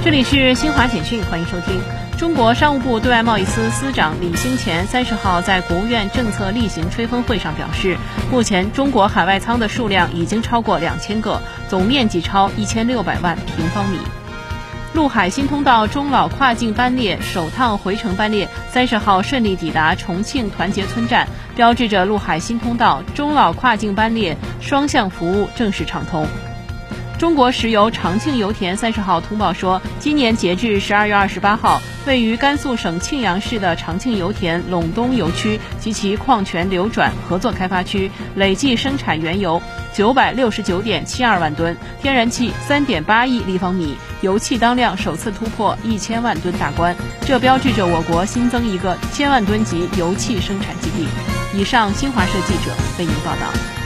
这里是新华简讯，欢迎收听。中国商务部对外贸易司司长李兴前30号在国务院政策例行吹风会上表示，目前中国海外仓的数量已经超过2000个，总面积超1600万平方米。陆海新通道中老跨境班列首趟回程班列30号顺利抵达重庆团结村站，标志着陆海新通道中老跨境班列双向服务正式畅通。中国石油长庆油田30号通报说，今年截至12月28号，位于甘肃省庆阳市的长庆油田陇东油区及其矿权流转合作开发区累计生产原油969.72万吨，天然气3.8亿立方米，油气当量首次突破1000万吨大关，这标志着我国新增一个1000万吨级油气生产基地。以上，新华社记者为您报道。